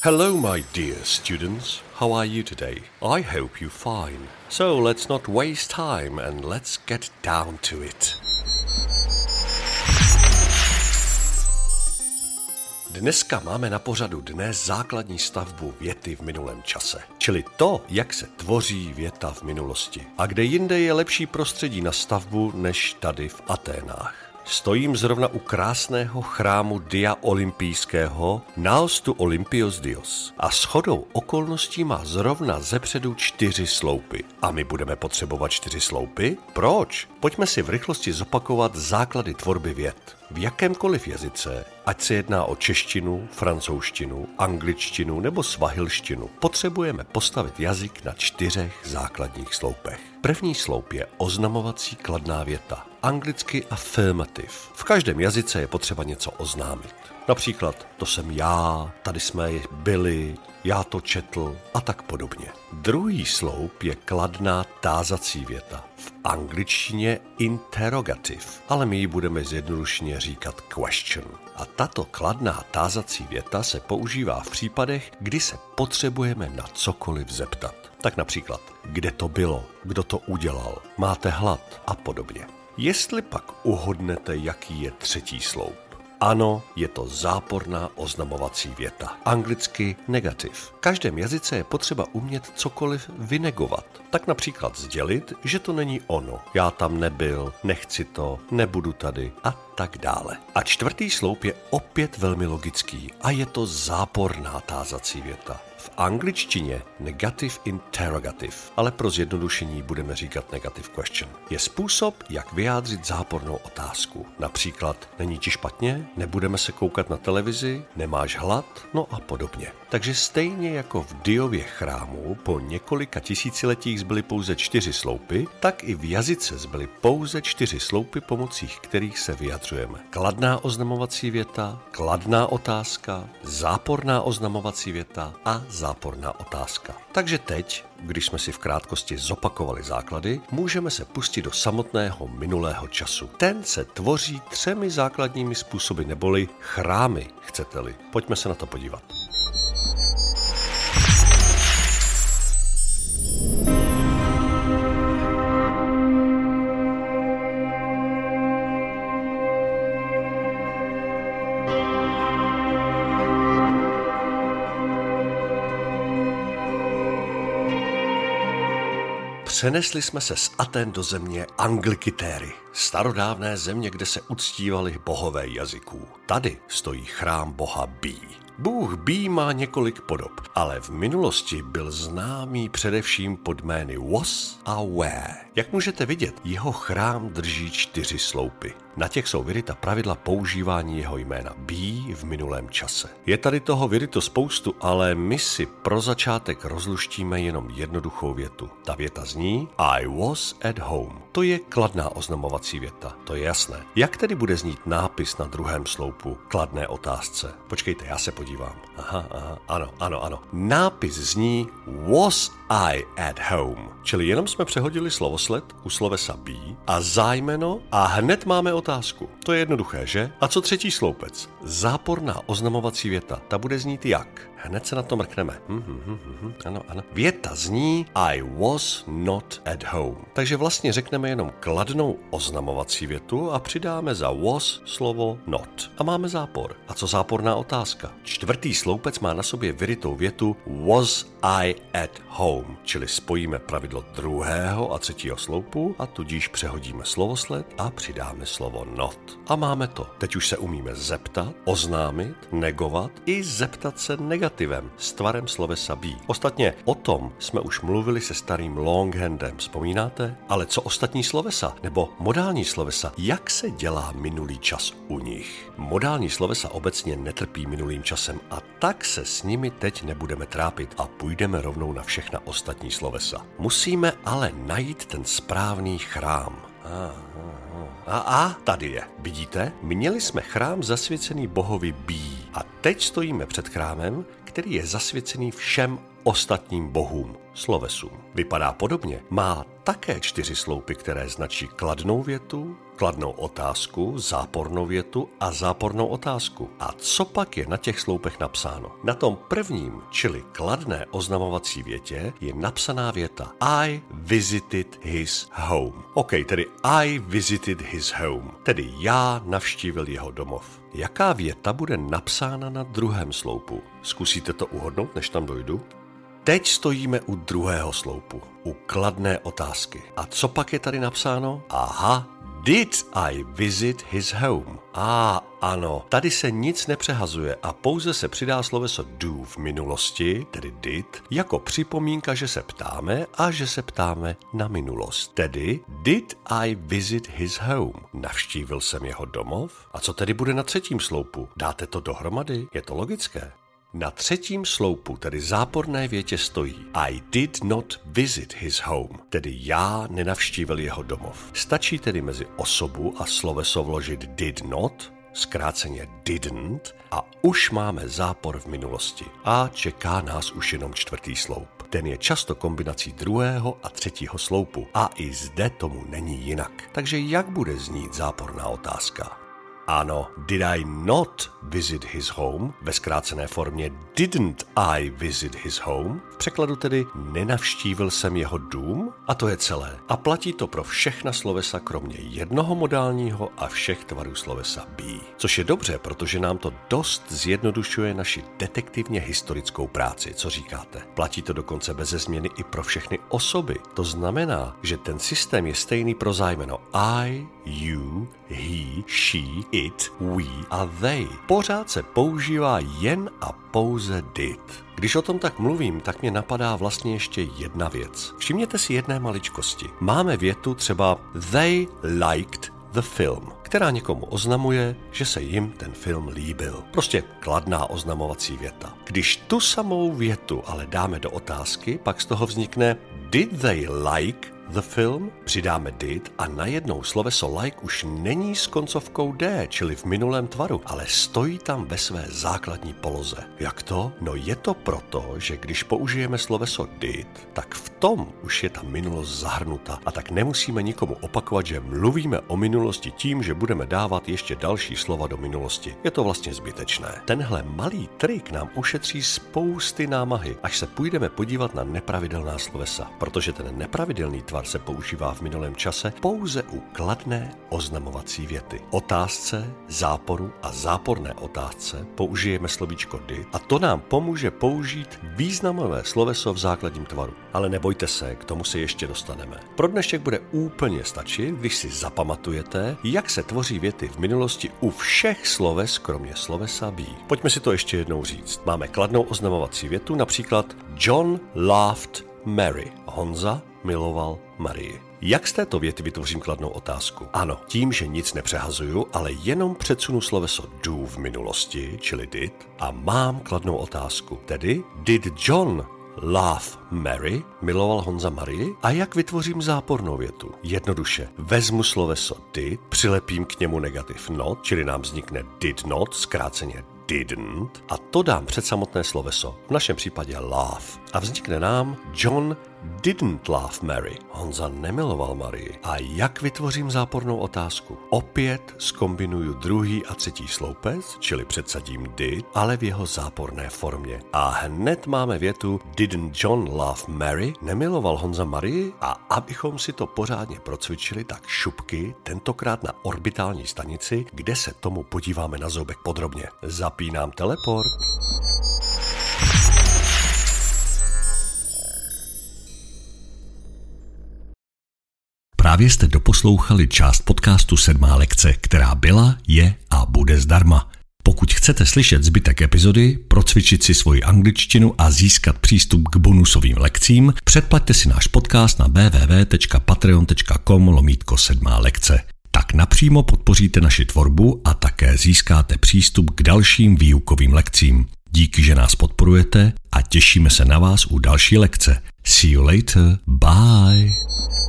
Hello, my dear students. How are you today? I hope you're fine. So let's not waste time and let's get down to it. Dneska máme na pořadu dne základní stavbu věty v minulém čase, čili to, jak se tvoří věta v minulosti. A kde jinde je lepší prostředí na stavbu než tady v Aténách. Stojím zrovna u krásného chrámu Dia Olympijského Naos tu Olympios Dios a shodou okolností má zrovna zepředu 4 sloupy. A my budeme potřebovat 4 sloupy? Proč? Pojďme si v rychlosti zopakovat základy tvorby vět. V jakémkoliv jazyce, ať se jedná o češtinu, francouzštinu, angličtinu nebo svahilštinu, potřebujeme postavit jazyk na 4 základních sloupech. První sloup je oznamovací kladná věta, anglicky affirmative. V každém jazyce je potřeba něco oznámit. Například to jsem já, tady jsme byli, já to četl a tak podobně. Druhý sloup je kladná tázací věta. V angličtině interrogative, ale my ji budeme zjednodušeně říkat question. A tato kladná tázací věta se používá v případech, kdy se potřebujeme na cokoliv zeptat. Tak například, kde to bylo, kdo to udělal, máte hlad a podobně. Jestli pak uhodnete, jaký je třetí sloup, ano, je to záporná oznamovací věta. Anglicky negative. V každém jazyce je potřeba umět cokoliv vynegovat. Tak například sdělit, že to není ono. Já tam nebyl, nechci to, nebudu tady a tak dále. A čtvrtý sloup je opět velmi logický a je to záporná tázací věta. V angličtině negative interrogative, ale pro zjednodušení budeme říkat negative question. Je způsob, jak vyjádřit zápornou otázku. Například, není ti špatně, nebudeme se koukat na televizi, nemáš hlad, no a podobně. Takže stejně jako v Diově chrámu po několika tisíciletích zbyly pouze 4 sloupy, tak i v jazyce zbyly pouze 4 sloupy, pomocí kterých se vyjadřujeme. Kladná oznamovací věta, kladná otázka, záporná oznamovací věta a záporná otázka. Takže teď, když jsme si v krátkosti zopakovali základy, můžeme se pustit do samotného minulého času. Ten se tvoří 3 základními způsoby, neboli chrámy, chcete-li. Pojďme se na to podívat. Přenesli jsme se z Aten do země Anglikytéry, starodávné země, kde se uctívali bohové jazyků. Tady stojí chrám boha Bí. Bůh Bí má několik podob, ale v minulosti byl známý především pod jmény Was a Where. Jak můžete vidět, jeho chrám drží 4 sloupy. Na těch jsou vyryta pravidla používání jeho jména Bí v minulém čase. Je tady toho vyryto spoustu, ale my si pro začátek rozluštíme jenom jednoduchou větu. Ta věta zní I was at home. To je kladná oznamovací věta, to je jasné. Jak tedy bude znít nápis na druhém sloupu kladné otázce? Počkejte, já se podívám. Ano. Nápis zní Was I at home. Čili jenom jsme přehodili slovosled u slovesa be a zájmeno a hned máme otázku. To je jednoduché, že? A co třetí sloupec? Záporná oznamovací věta. Ta bude znít jak? Hned se na to mrkneme. Ano. Věta zní I was not at home. Takže vlastně řekneme jenom kladnou oznamovací větu a přidáme za was slovo not. A máme zápor. A co záporná otázka? Čtvrtý sloupec má na sobě vyrytou větu was I at home. Čili spojíme pravidlo druhého a třetího sloupu a tudíž přehodíme slovosled a přidáme slovo not. A máme to. Teď už se umíme zeptat, oznámit, negovat i zeptat se negativem s tvarem slovesa be. Ostatně o tom jsme už mluvili se starým Longhandem, vzpomínáte? Ale co ostatní slovesa nebo modální slovesa? Jak se dělá minulý čas u nich? Modální slovesa obecně netrpí minulým časem a tak se s nimi teď nebudeme trápit a půjdeme rovnou na všechna ostatní slovesa. Musíme ale najít ten správný chrám. A tady je. Vidíte? Měli jsme chrám zasvěcený bohovi Bí. A teď stojíme před chrámem, který je zasvěcený všem ostatním bohům, slovesům. Vypadá podobně, má také 4 sloupy, které značí kladnou větu, kladnou otázku, zápornou větu a zápornou otázku. A co pak je na těch sloupech napsáno? Na tom prvním, čili kladné oznamovací větě, je napsaná věta I visited his home. OK, tedy I visited his home, tedy já navštívil jeho domov. Jaká věta bude napsána na druhém sloupu? Zkusíte to uhodnout, než tam dojdu? Teď stojíme u druhého sloupu, u kladné otázky. A co pak je tady napsáno? Aha, did I visit his home? Ano, tady se nic nepřehazuje a pouze se přidá sloveso do v minulosti, tedy did, jako připomínka, že se ptáme a že se ptáme na minulost. Tedy did I visit his home? Navštívil jsem jeho domov? A co tedy bude na třetím sloupu? Dáte to dohromady? Je to logické? Na třetím sloupu, tedy záporné větě, stojí I did not visit his home, tedy já nenavštívil jeho domov. Stačí tedy mezi osobu a sloveso vložit did not, zkráceně didn't, a už máme zápor v minulosti. A čeká nás už jenom čtvrtý sloup. Ten je často kombinací druhého a třetího sloupu a i zde tomu není jinak. Takže jak bude znít záporná otázka? Ano, did I not visit his home, ve zkrácené formě didn't I visit his home, v překladu tedy nenavštívil jsem jeho dům, a to je celé. A platí to pro všechna slovesa kromě jednoho modálního a všech tvarů slovesa be. Což je dobře, protože nám to dost zjednodušuje naši detektivně historickou práci, co říkáte. Platí to dokonce beze změny i pro všechny osoby. To znamená, že ten systém je stejný pro zájmeno I, you, he, she, it, we a they. Pořád se používá jen a pouze did. Když o tom tak mluvím, tak mě napadá vlastně ještě jedna věc. Všimněte si jedné maličkosti. Máme větu třeba they liked the film, která někomu oznamuje, že se jim ten film líbil. Prostě kladná oznamovací věta. Když tu samou větu ale dáme do otázky, pak z toho vznikne did they like the film, přidáme did a najednou sloveso like už není s koncovkou D, čili v minulém tvaru, ale stojí tam ve své základní poloze. Jak to? No je to proto, že když použijeme sloveso did, tak v tom už je ta minulost zahrnuta a tak nemusíme nikomu opakovat, že mluvíme o minulosti tím, že budeme dávat ještě další slova do minulosti. Je to vlastně zbytečné. Tenhle malý trik nám ušetří spousty námahy, až se půjdeme podívat na nepravidelná slovesa, protože ten nepravidelný tvar se používá v minulém čase pouze u kladné oznamovací věty. Otázce, záporu a záporné otázce použijeme slovíčko did a to nám pomůže použít významové sloveso v základním tvaru. Ale nebojte se, k tomu se ještě dostaneme. Pro dnešek bude úplně stačit, když si zapamatujete, jak se tvoří věty v minulosti u všech sloves, kromě slovesa be. Pojďme si to ještě jednou říct. Máme kladnou oznamovací větu, například John loved Mary. Honza miloval Marii. Jak z této věty vytvořím kladnou otázku? Ano, tím, že nic nepřehazuju, ale jenom předsunu sloveso do v minulosti, čili did, a mám kladnou otázku. Tedy, did John love Mary, miloval Honza Marii? A jak vytvořím zápornou větu? Jednoduše, vezmu sloveso did, přilepím k němu negativ not, čili nám vznikne did not, zkráceně didn't, a to dám před samotné sloveso, v našem případě love. A vznikne nám John didn't love Mary. Honza nemiloval Marii. A jak vytvořím zápornou otázku? Opět zkombinuju druhý a třetí sloupec, čili předsadím did, ale v jeho záporné formě. A hned máme větu didn't John love Mary? Nemiloval Honza Marii? A abychom si to pořádně procvičili, tak šupky, tentokrát na orbitální stanici, kde se tomu podíváme na zoubek podrobně. Zapínám teleport. Právě jste doposlouchali část podcastu 7. lekce, která byla, je a bude zdarma. Pokud chcete slyšet zbytek epizody, procvičit si svoji angličtinu a získat přístup k bonusovým lekcím, předplaťte si náš podcast na www.patreon.com/7. lekce. Tak napřímo podpoříte naši tvorbu a také získáte přístup k dalším výukovým lekcím. Díky, že nás podporujete a těšíme se na vás u další lekce. See you later. Bye.